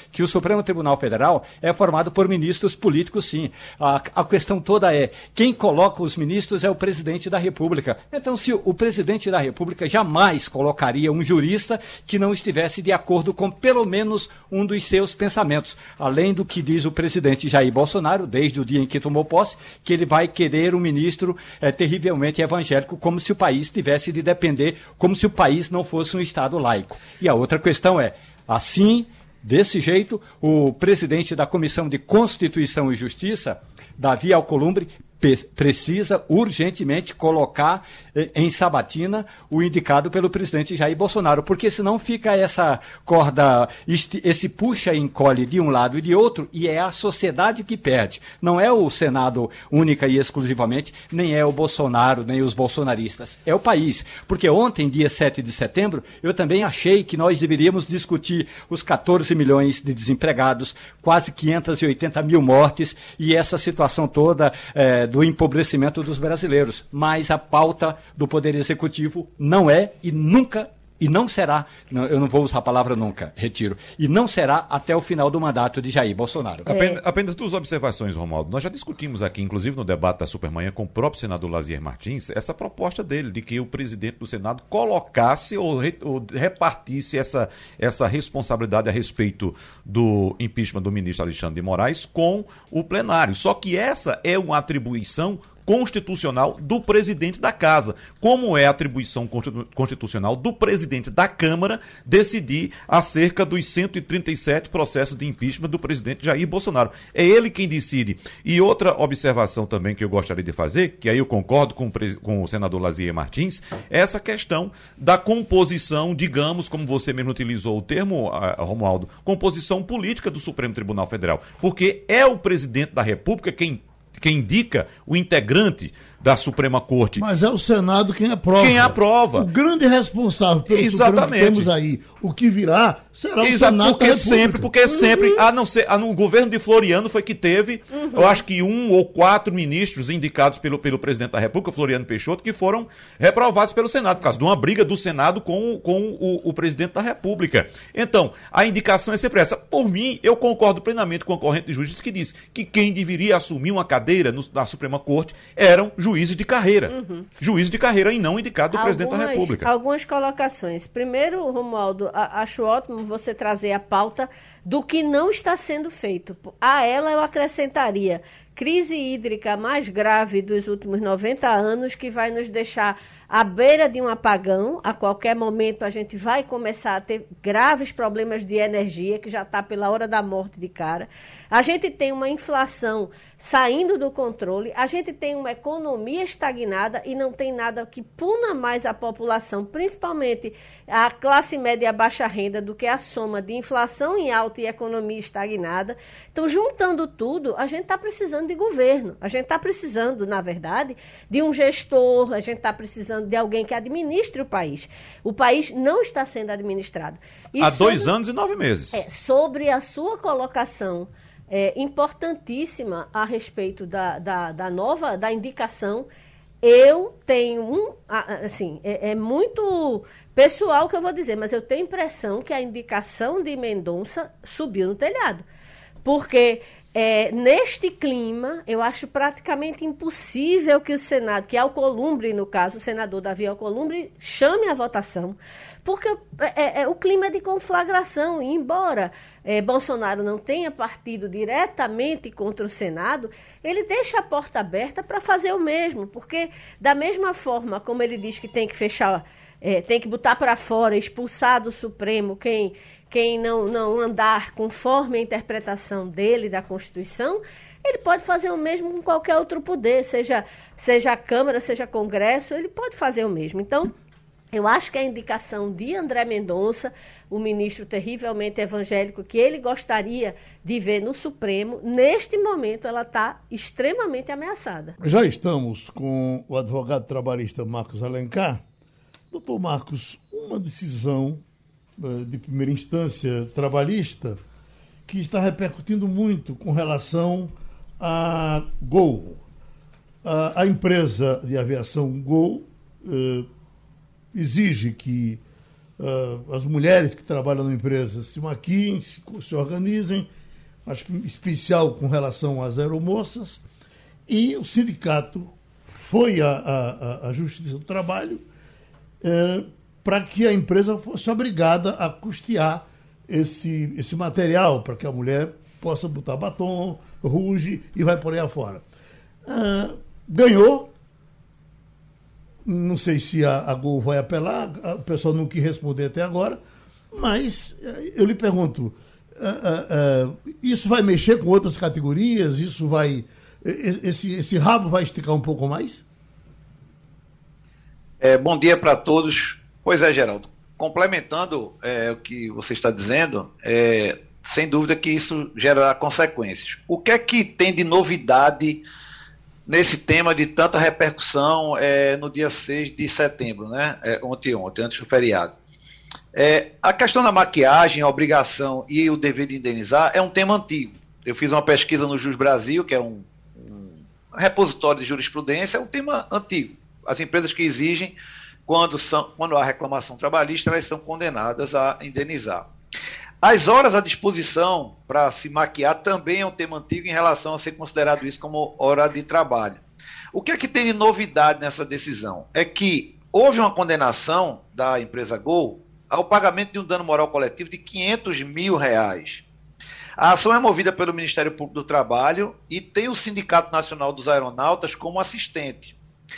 Supremo Tribunal Federal é formado por ministros políticos, sim. A questão toda é, quem coloca os ministros é o presidente da República. Então, se o presidente da República jamais colocaria um jurista que não estivesse de acordo com pelo menos um dos seus pensamentos, além do que diz o presidente Jair Bolsonaro, desde o dia em que tomou posse, que ele vai querer um ministro terrivelmente evangélico, como se o país tivesse de depender, como se o país não fosse um Estado laico. E a outra questão é, assim, desse jeito, o presidente da Comissão de Constituição e Justiça, Davi Alcolumbre, precisa urgentemente colocar em sabatina o indicado pelo presidente Jair Bolsonaro, porque senão fica essa corda, esse puxa e encolhe de um lado e de outro, e é a sociedade que perde. Não é o Senado única e exclusivamente, nem é o Bolsonaro, nem os bolsonaristas, é o país. Porque ontem, dia 7 de setembro, eu também achei que nós deveríamos discutir os 14 milhões de desempregados, quase 580 mil mortes e essa situação toda do empobrecimento dos brasileiros. Mas a pauta do Poder Executivo não é e nunca, e não será, eu não vou usar a palavra nunca, retiro, e não será até o final do mandato de Jair Bolsonaro. Apenas duas observações, Romualdo. Nós já discutimos aqui, inclusive no debate da Supermanhã com o próprio senador Lazier Martins, essa proposta dele, de que o presidente do Senado colocasse ou repartisse essa responsabilidade a respeito do impeachment do ministro Alexandre de Moraes com o plenário. Só que essa é uma atribuição constitucional do presidente da Casa, como é a atribuição constitucional do presidente da Câmara decidir acerca dos 137 processos de impeachment do presidente Jair Bolsonaro. É ele quem decide. E outra observação também que eu gostaria de fazer, que aí eu concordo com o senador Lazier Martins, é essa questão da composição, digamos, como você mesmo utilizou o termo, Romualdo, composição política do Supremo Tribunal Federal, porque é o presidente da República quem indica o integrante da Suprema Corte. Mas é o Senado quem aprova. Quem aprova. O grande responsável pelo Supremo que temos aí, o que virá, será o Senado da República. Porque sempre, a não ser, no governo de Floriano foi que teve, eu acho que 1 ou 4 ministros indicados pelo presidente da República, Floriano Peixoto, que foram reprovados pelo Senado, por causa de uma briga do Senado com o presidente da República. Então, a indicação é sempre essa. Por mim, eu concordo plenamente com a corrente de justiça que diz que quem deveria assumir uma cadeira na Suprema Corte eram juízes de carreira. Juízes de carreira e não indicado do presidente da República. Algumas colocações. Primeiro, Romualdo, acho ótimo você trazer a pauta do que não está sendo feito. A ela eu acrescentaria crise hídrica mais grave dos últimos 90 anos, que vai nos deixar à beira de um apagão. A qualquer momento a gente vai começar a ter graves problemas de energia, que já está pela hora da morte de cara. A gente tem uma inflação saindo do controle, a gente tem uma economia estagnada e não tem nada que puna mais a população, principalmente a classe média e a baixa renda, do que a soma de inflação em alta e economia estagnada. Então, juntando tudo, a gente está precisando de governo, a gente está precisando, na verdade, de um gestor, a gente está precisando de alguém que administre o país. O país não está sendo administrado. E há 2 anos e 9 meses. Sobre a sua colocação importantíssima a respeito da indicação, eu tenho é muito pessoal o que eu vou dizer, mas eu tenho a impressão que a indicação de Mendonça subiu no telhado, porque neste clima, eu acho praticamente impossível que o Senado, que Alcolumbre, no caso, o senador Davi Alcolumbre, chame a votação, porque o clima é de conflagração, e embora Bolsonaro não tenha partido diretamente contra o Senado, ele deixa a porta aberta para fazer o mesmo, porque da mesma forma como ele diz que tem que fechar, tem que botar para fora, expulsar do Supremo quem não andar conforme a interpretação dele da Constituição, ele pode fazer o mesmo com qualquer outro poder, seja a Câmara, seja Congresso, ele pode fazer o mesmo. Então, eu acho que a indicação de André Mendonça, o ministro terrivelmente evangélico que ele gostaria de ver no Supremo, neste momento ela está extremamente ameaçada. Já estamos com o advogado trabalhista Marcos Alencar. Doutor Marcos, uma decisão de primeira instância trabalhista que está repercutindo muito com relação a Gol. A empresa de aviação Gol exige que as mulheres que trabalham na empresa se maquiem, se organizem, acho que em especial com relação às aeromoças, e o sindicato foi à Justiça do Trabalho para que a empresa fosse obrigada a custear esse material, para que a mulher possa botar batom, rouge e vai por aí afora. Ganhou. Não sei se a Gol vai apelar, o pessoal não quis responder até agora, mas eu lhe pergunto, isso vai mexer com outras categorias? Esse rabo vai esticar um pouco mais? Bom dia para todos. Pois é, Geraldo, complementando o que você está dizendo, sem dúvida que isso gerará consequências. O que é que tem de novidade nesse tema de tanta repercussão no dia 6 de setembro, né? Ontem, antes do feriado? A questão da maquiagem, a obrigação e o dever de indenizar é um tema antigo. Eu fiz uma pesquisa no Jus Brasil, que é um repositório de jurisprudência, é um tema antigo. As empresas que exigem, quando há reclamação trabalhista, elas são condenadas a indenizar. As horas à disposição para se maquiar também é um tema antigo em relação a ser considerado isso como hora de trabalho. O que é que tem de novidade nessa decisão? É que houve uma condenação da empresa Gol ao pagamento de um dano moral coletivo de R$500 mil. A ação é movida pelo Ministério Público do Trabalho e tem o Sindicato Nacional dos Aeronautas como assistente.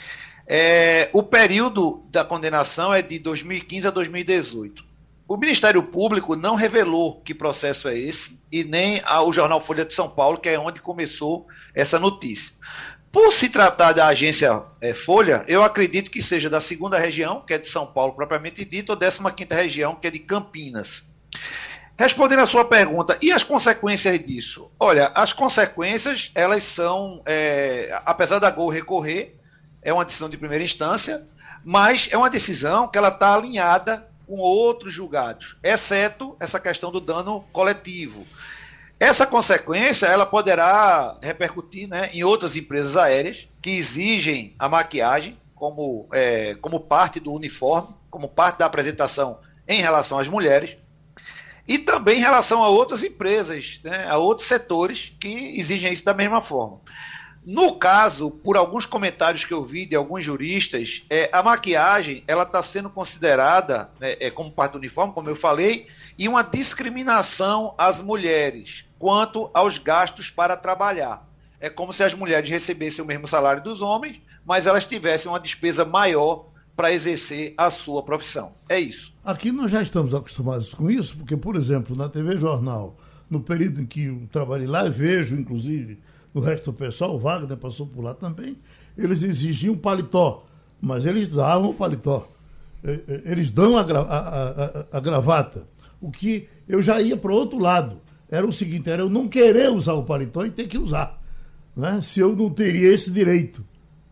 O período da condenação é de 2015 a 2018. O Ministério Público não revelou que processo é esse, e nem o jornal Folha de São Paulo, que é onde começou essa notícia. Por se tratar da agência Folha, eu acredito que seja da 2ª região, que é de São Paulo propriamente dito, ou 15ª região, que é de Campinas. Respondendo à sua pergunta, e as consequências disso? Olha, as consequências, elas são, apesar da Gol recorrer, é uma decisão de primeira instância, mas é uma decisão que ela está alinhada com outros julgados, exceto essa questão do dano coletivo. Essa consequência ela poderá repercutir, né, em outras empresas aéreas que exigem a maquiagem como parte do uniforme, como parte da apresentação em relação às mulheres, e também em relação a outras empresas, né, a outros setores que exigem isso da mesma forma. No caso, por alguns comentários que eu vi de alguns juristas, a maquiagem ela está sendo considerada como parte do uniforme, como eu falei, e uma discriminação às mulheres quanto aos gastos para trabalhar. É como se as mulheres recebessem o mesmo salário dos homens, mas elas tivessem uma despesa maior para exercer a sua profissão. É isso. Aqui nós já estamos acostumados com isso, porque, por exemplo, na TV Jornal, no período em que eu trabalhei lá, eu vejo, inclusive, no resto do pessoal, o Wagner passou por lá também, eles exigiam paletó, mas eles davam o paletó. Eles dão a gravata. O que eu já ia para o outro lado. Era o seguinte, era eu não querer usar o paletó e ter que usar. Né? Se eu não teria esse direito.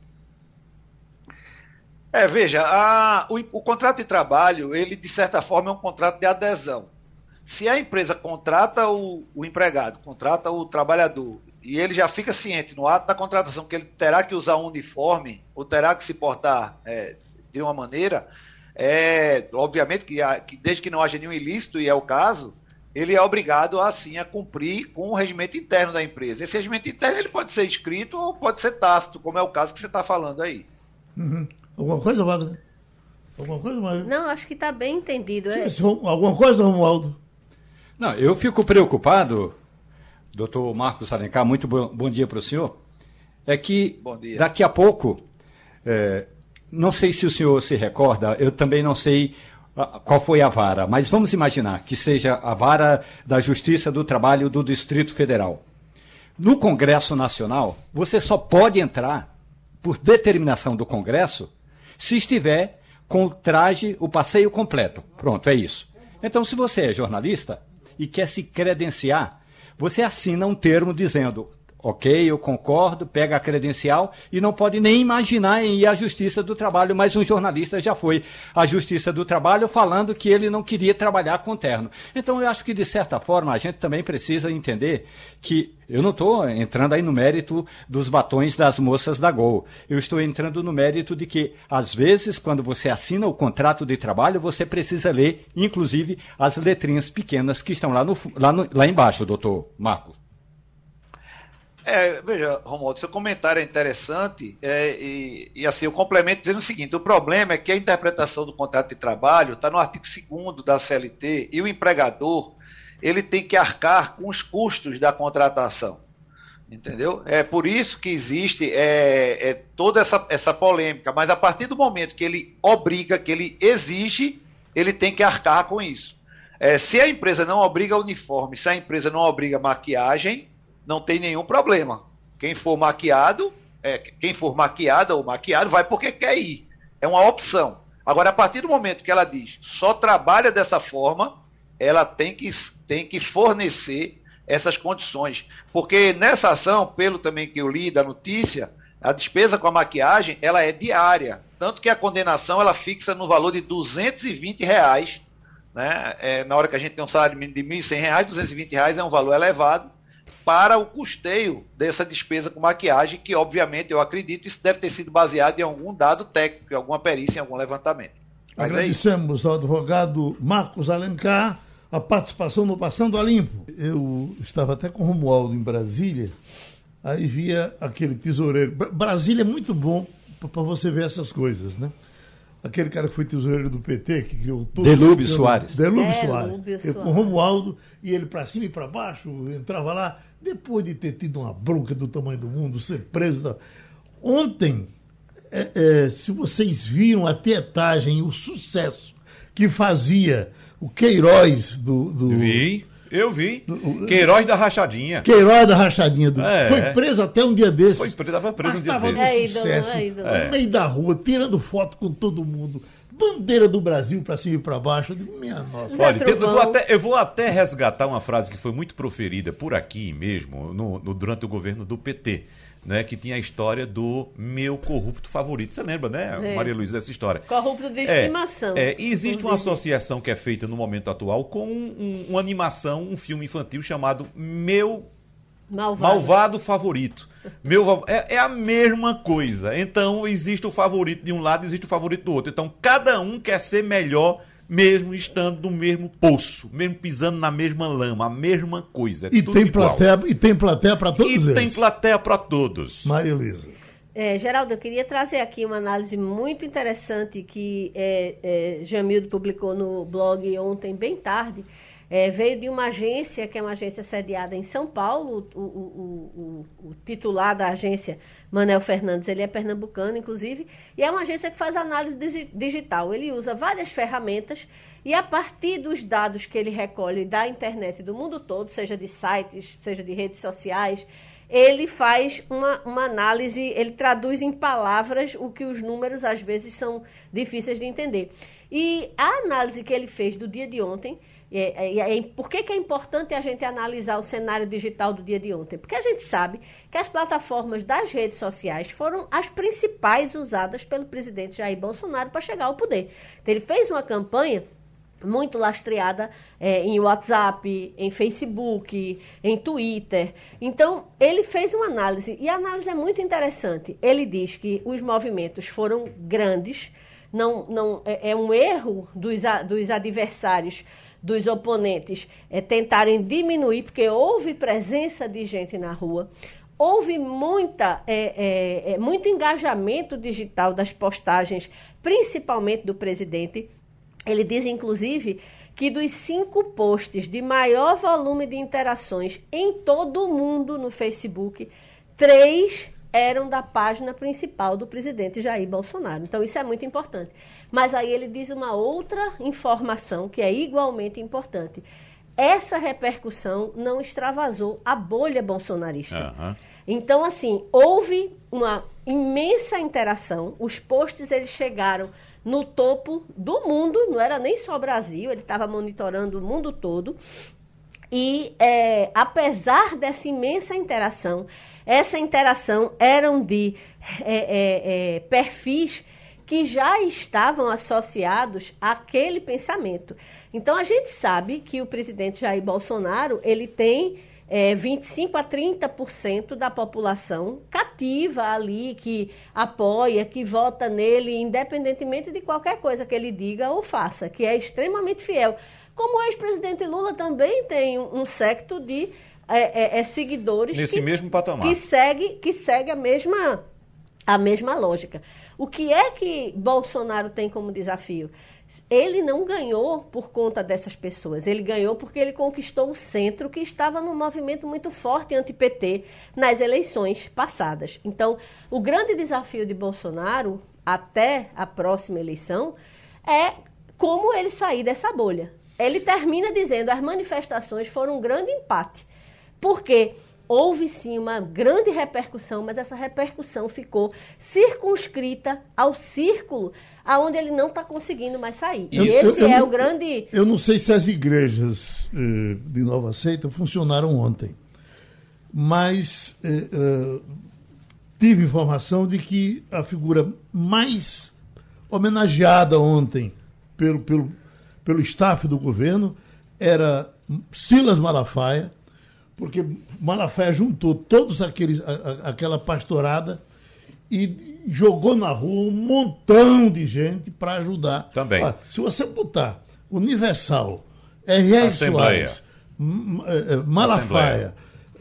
Veja, o contrato de trabalho, ele de certa forma é um contrato de adesão. Se a empresa contrata o empregado, contrata o trabalhador, e ele já fica ciente no ato da contratação que ele terá que usar um uniforme, ou terá que se portar de uma maneira, obviamente que desde que não haja nenhum ilícito, e é o caso, ele é obrigado assim a cumprir com o regimento interno da empresa. Esse regimento interno ele pode ser escrito ou pode ser tácito, como é o caso que você está falando aí. Uhum. Alguma coisa, Wagner? Alguma coisa, Mário? Não, acho que está bem entendido. Alguma coisa, Romualdo? Não, eu fico preocupado, doutor Marcos Alencar, muito bom dia para o senhor, é que daqui a pouco, não sei se o senhor se recorda, eu também não sei qual foi a vara, mas vamos imaginar que seja a vara da Justiça do Trabalho do Distrito Federal. No Congresso Nacional, você só pode entrar, por determinação do Congresso, se estiver com o traje, o passeio completo. Pronto, é isso. Então, se você é jornalista e quer se credenciar, você assina um termo dizendo, ok, eu concordo, pega a credencial e não pode nem imaginar em ir à Justiça do Trabalho, mas um jornalista já foi à Justiça do Trabalho falando que ele não queria trabalhar com terno. Então eu acho que, de certa forma, a gente também precisa entender que eu não estou entrando aí no mérito dos batons das moças da Gol. Eu estou entrando no mérito de que, às vezes, quando você assina o contrato de trabalho, você precisa ler, inclusive, as letrinhas pequenas que estão lá embaixo, doutor Marco. Veja, Romualdo, seu comentário é interessante e assim, eu complemento dizendo o seguinte: o problema é que a interpretação do contrato de trabalho está no artigo 2º da CLT e o empregador ele tem que arcar com os custos da contratação, entendeu? É por isso que existe toda essa polêmica, mas a partir do momento que ele obriga, que ele exige, ele tem que arcar com isso. Se a empresa não obriga uniforme, se a empresa não obriga maquiagem, não tem nenhum problema. Quem for maquiada ou maquiado vai porque quer ir. É uma opção. Agora, a partir do momento que ela diz só trabalha dessa forma, ela tem que fornecer essas condições. Porque nessa ação, pelo também que eu li da notícia, a despesa com a maquiagem ela é diária. Tanto que a condenação ela fixa no valor de R$220, né? Na hora que a gente tem um salário mínimo de R$1.100, R$220 é um valor elevado para o custeio dessa despesa com maquiagem, que obviamente eu acredito isso deve ter sido baseado em algum dado técnico, em alguma perícia, em algum levantamento. Mas agradecemos ao advogado Marcos Alencar a participação no Passando a Limpo. Eu estava até com o Romualdo em Brasília, aí via aquele tesoureiro. Brasília é muito bom para você ver essas coisas, né? Aquele cara que foi tesoureiro do PT, que criou tudo. Delúbio Soares. Soares. Eu com o Romualdo, e ele para cima e para baixo, entrava lá, depois de ter tido uma bronca do tamanho do mundo, ser preso. Ontem, se vocês viram a tietagem, o sucesso que fazia o Queiroz Eu vi. Queiroz da Rachadinha. Queiroz da Rachadinha. Foi preso até um dia desses. Estava preso um dia desses. Estava no sucesso, no meio da rua, tirando foto com todo mundo. Bandeira do Brasil para cima e para baixo. Eu digo, minha nossa. Olha, eu vou até resgatar uma frase que foi muito proferida por aqui mesmo, durante o governo do PT. Né, que tinha a história do meu corrupto favorito. Você lembra, né, Maria Luísa, dessa história? Corrupto de estimação. Existe uma associação que é feita no momento atual com uma animação, um filme infantil chamado Meu Malvado Favorito. É a mesma coisa. Então, existe o favorito de um lado e existe o favorito do outro. Então, cada um quer ser melhor mesmo estando no mesmo poço, mesmo pisando na mesma lama, a mesma coisa. E tem plateia para todos eles. E tem plateia para todos. Maria Luísa. Geraldo, eu queria trazer aqui uma análise muito interessante que Jamildo publicou no blog ontem, bem tarde. Veio de uma agência, que é uma agência sediada em São Paulo. O titular da agência, Manel Fernandes, ele é pernambucano, inclusive, e é uma agência que faz análise digital. Ele usa várias ferramentas e, a partir dos dados que ele recolhe da internet do mundo todo, seja de sites, seja de redes sociais, ele faz uma análise, ele traduz em palavras o que os números, às vezes, são difíceis de entender. E a análise que ele fez do dia de ontem, por que é importante a gente analisar o cenário digital do dia de ontem? Porque a gente sabe que as plataformas das redes sociais foram as principais usadas pelo presidente Jair Bolsonaro para chegar ao poder. Então, ele fez uma campanha muito lastreada em WhatsApp, em Facebook, em Twitter. Então, ele fez uma análise, e a análise é muito interessante. Ele diz que os movimentos foram grandes, é um erro dos adversários, dos oponentes, tentarem diminuir, porque houve presença de gente na rua, houve muito engajamento digital das postagens, principalmente do presidente. Ele diz, inclusive, que dos 5 posts de maior volume de interações em todo o mundo no Facebook, 3 eram da página principal do presidente Jair Bolsonaro. Então, isso é muito importante. Mas aí ele diz uma outra informação que é igualmente importante. Essa repercussão não extravasou a bolha bolsonarista. Uhum. Então, assim, houve uma imensa interação. Os posts, eles chegaram no topo do mundo, não era nem só o Brasil, ele estava monitorando o mundo todo. E apesar dessa imensa interação, essa interação eram de perfis que já estavam associados àquele pensamento. Então, a gente sabe que o presidente Jair Bolsonaro, ele tem 25% a 30% da população cativa ali, que apoia, que vota nele, independentemente de qualquer coisa que ele diga ou faça, que é extremamente fiel. Como o ex-presidente Lula também tem um séquito de seguidores nesse mesmo patamar, que segue a mesma lógica. O que é que Bolsonaro tem como desafio? Ele não ganhou por conta dessas pessoas, ele ganhou porque ele conquistou o centro, que estava num movimento muito forte anti-PT nas eleições passadas. Então, o grande desafio de Bolsonaro, até a próxima eleição, é como ele sair dessa bolha. Ele termina dizendo que as manifestações foram um grande empate, porque houve sim uma grande repercussão, mas essa repercussão ficou circunscrita ao círculo aonde ele não está conseguindo mais sair. E esse é o grande... Eu não sei se as igrejas de Nova Seita funcionaram ontem, mas tive informação de que a figura mais homenageada ontem pelo staff do governo era Silas Malafaia, porque Malafaia juntou todos aquela pastorada e jogou na rua um montão de gente para ajudar. Também. Olha, se você botar Universal, R.R. Soares, Malafaia,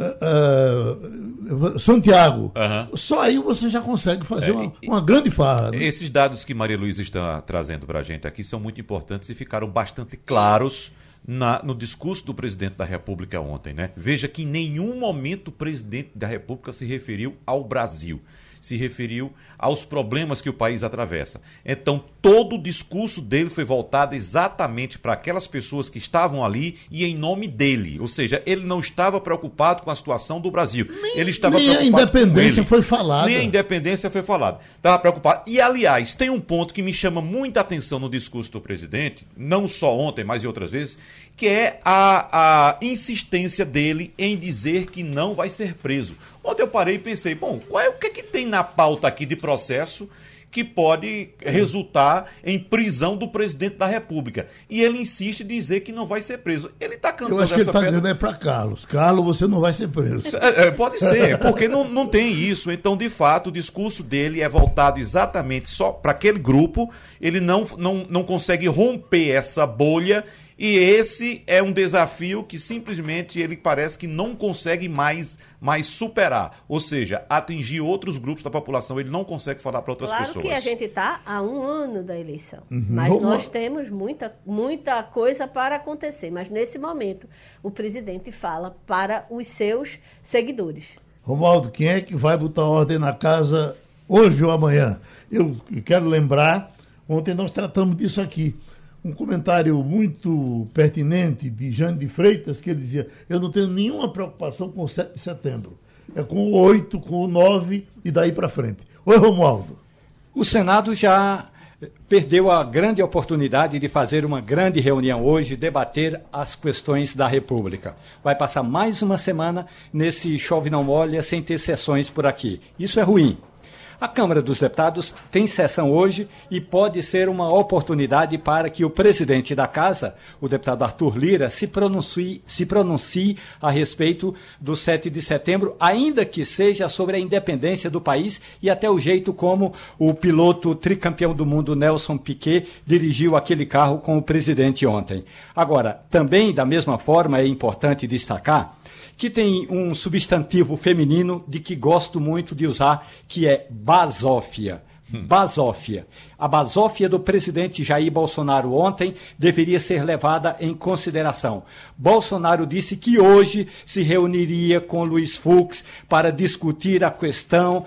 Santiago, só aí você já consegue fazer uma grande farra. Né? Esses dados que Maria Luísa está trazendo para a gente aqui são muito importantes e ficaram bastante claros no discurso do presidente da República ontem, né? Veja que em nenhum momento o presidente da República se referiu ao Brasil, se referiu aos problemas que o país atravessa. Então, todo o discurso dele foi voltado exatamente para aquelas pessoas que estavam ali e em nome dele. Ou seja, ele não estava preocupado com a situação do Brasil. Ele estava preocupado com ele. Nem a independência foi falada. Nem a independência foi falada. Estava preocupado. E, aliás, tem um ponto que me chama muita atenção no discurso do presidente, não só ontem, mas em outras vezes, que é a insistência dele em dizer que não vai ser preso. Ontem eu parei e pensei, bom, o que é que tem na pauta aqui de processo que pode resultar em prisão do presidente da República? E ele insiste em dizer que não vai ser preso. Ele está cantando essa pedra. Eu acho que ele está dizendo para Carlos. Carlos, você não vai ser preso. Pode ser, porque não tem isso. Então, de fato, o discurso dele é voltado exatamente só para aquele grupo. Ele não consegue romper essa bolha. E esse é um desafio que simplesmente ele parece que não consegue mais superar. Ou seja, atingir outros grupos da população. Ele não consegue falar para outras pessoas. Claro que a gente está há um ano da eleição. Mas nós temos muita coisa para acontecer. Mas nesse momento, o presidente fala para os seus seguidores. Romualdo, quem é que vai botar ordem na casa hoje ou amanhã? Eu quero lembrar, ontem nós tratamos disso aqui. Um comentário muito pertinente de Jane de Freitas, que ele dizia: eu não tenho nenhuma preocupação com o 7 de setembro. É com o 8, com o 9 e daí para frente. Oi, Romualdo. O Senado já perdeu a grande oportunidade de fazer uma grande reunião hoje, debater as questões da República. Vai passar mais uma semana nesse chove-não-molha, sem ter sessões por aqui. Isso é ruim. A Câmara dos Deputados tem sessão hoje e pode ser uma oportunidade para que o presidente da Casa, o deputado Arthur Lira, se pronuncie a respeito do 7 de setembro, ainda que seja sobre a independência do país e até o jeito como o piloto tricampeão do mundo Nelson Piquet dirigiu aquele carro com o presidente ontem. Agora, também da mesma forma é importante destacar que tem um substantivo feminino de que gosto muito de usar, que é basófia. Basófia. A basófia do presidente Jair Bolsonaro ontem deveria ser levada em consideração. Bolsonaro disse que hoje se reuniria com Luiz Fux para discutir a questão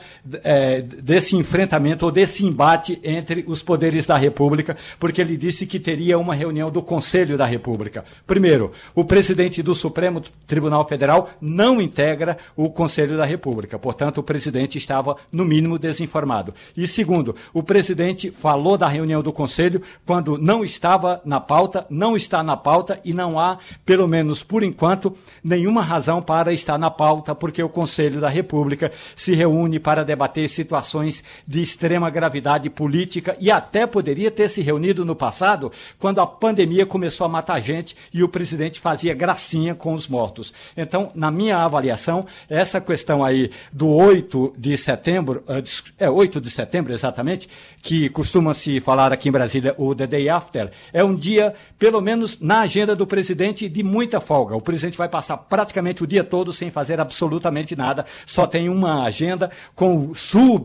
desse enfrentamento ou desse embate entre os poderes da República, porque ele disse que teria uma reunião do Conselho da República. Primeiro, o presidente do Supremo Tribunal Federal não integra o Conselho da República, portanto o presidente estava no mínimo desinformado. E segundo, o presidente falou da reunião do Conselho quando não estava na pauta, não está na pauta e não há, pelo menos por enquanto, nenhuma razão para estar na pauta, porque o Conselho da República se reúne para debater situações de extrema gravidade política e até poderia ter se reunido no passado, quando a pandemia começou a matar gente e o presidente fazia gracinha com os mortos. Então, na minha avaliação, essa questão aí do 8 de setembro, 8 de setembro exatamente, que costuma-se falar aqui em Brasília, o The Day After, é um dia, pelo menos na agenda do presidente, de muita folga. O presidente vai passar praticamente o dia todo sem fazer absolutamente nada, só tem uma agenda com o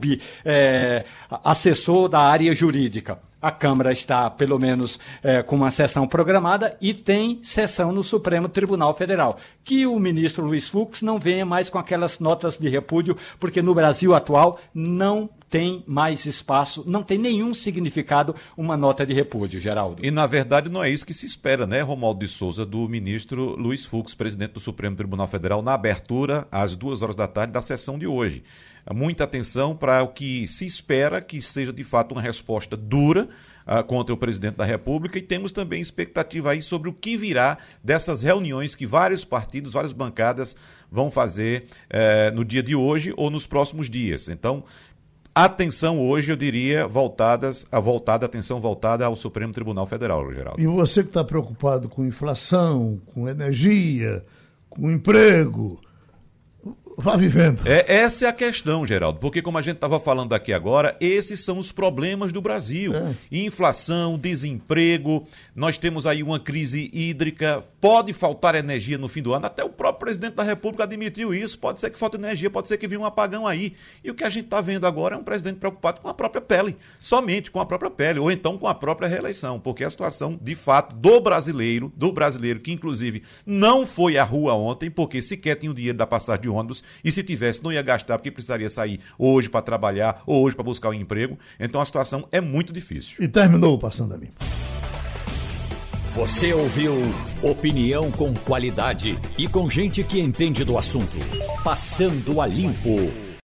assessor da área jurídica. A Câmara está, pelo menos, com uma sessão programada e tem sessão no Supremo Tribunal Federal. Que o ministro Luiz Fux não venha mais com aquelas notas de repúdio, porque no Brasil atual não tem mais espaço, não tem nenhum significado uma nota de repúdio, Geraldo. E, na verdade, não é isso que se espera, né, Romualdo de Souza, do ministro Luiz Fux, presidente do Supremo Tribunal Federal, na abertura, às 14h da sessão de hoje. Muita atenção para o que se espera que seja, de fato, uma resposta dura contra o presidente da República, e temos também expectativa aí sobre o que virá dessas reuniões que vários partidos, várias bancadas vão fazer no dia de hoje ou nos próximos dias. Então, atenção hoje, eu diria, atenção voltada ao Supremo Tribunal Federal, Geraldo. E você que está preocupado com inflação, com energia, com emprego, vá vivendo. Essa é a questão, Geraldo, porque como a gente estava falando aqui agora, esses são os problemas do Brasil. Inflação, desemprego, nós temos aí uma crise hídrica, pode faltar energia no fim do ano, até o próprio presidente da República admitiu isso, pode ser que falte energia, pode ser que venha um apagão aí. E o que a gente está vendo agora é um presidente preocupado com a própria pele, somente com a própria pele, ou então com a própria reeleição, porque a situação, de fato, do brasileiro que inclusive não foi à rua ontem, porque sequer tinha o dinheiro da passagem de ônibus, e se tivesse não ia gastar porque precisaria sair hoje para trabalhar ou hoje para buscar um emprego. Então a situação é muito difícil. E terminou o Passando a Limpo. Você ouviu opinião com qualidade e com gente que entende do assunto. Passando a Limpo.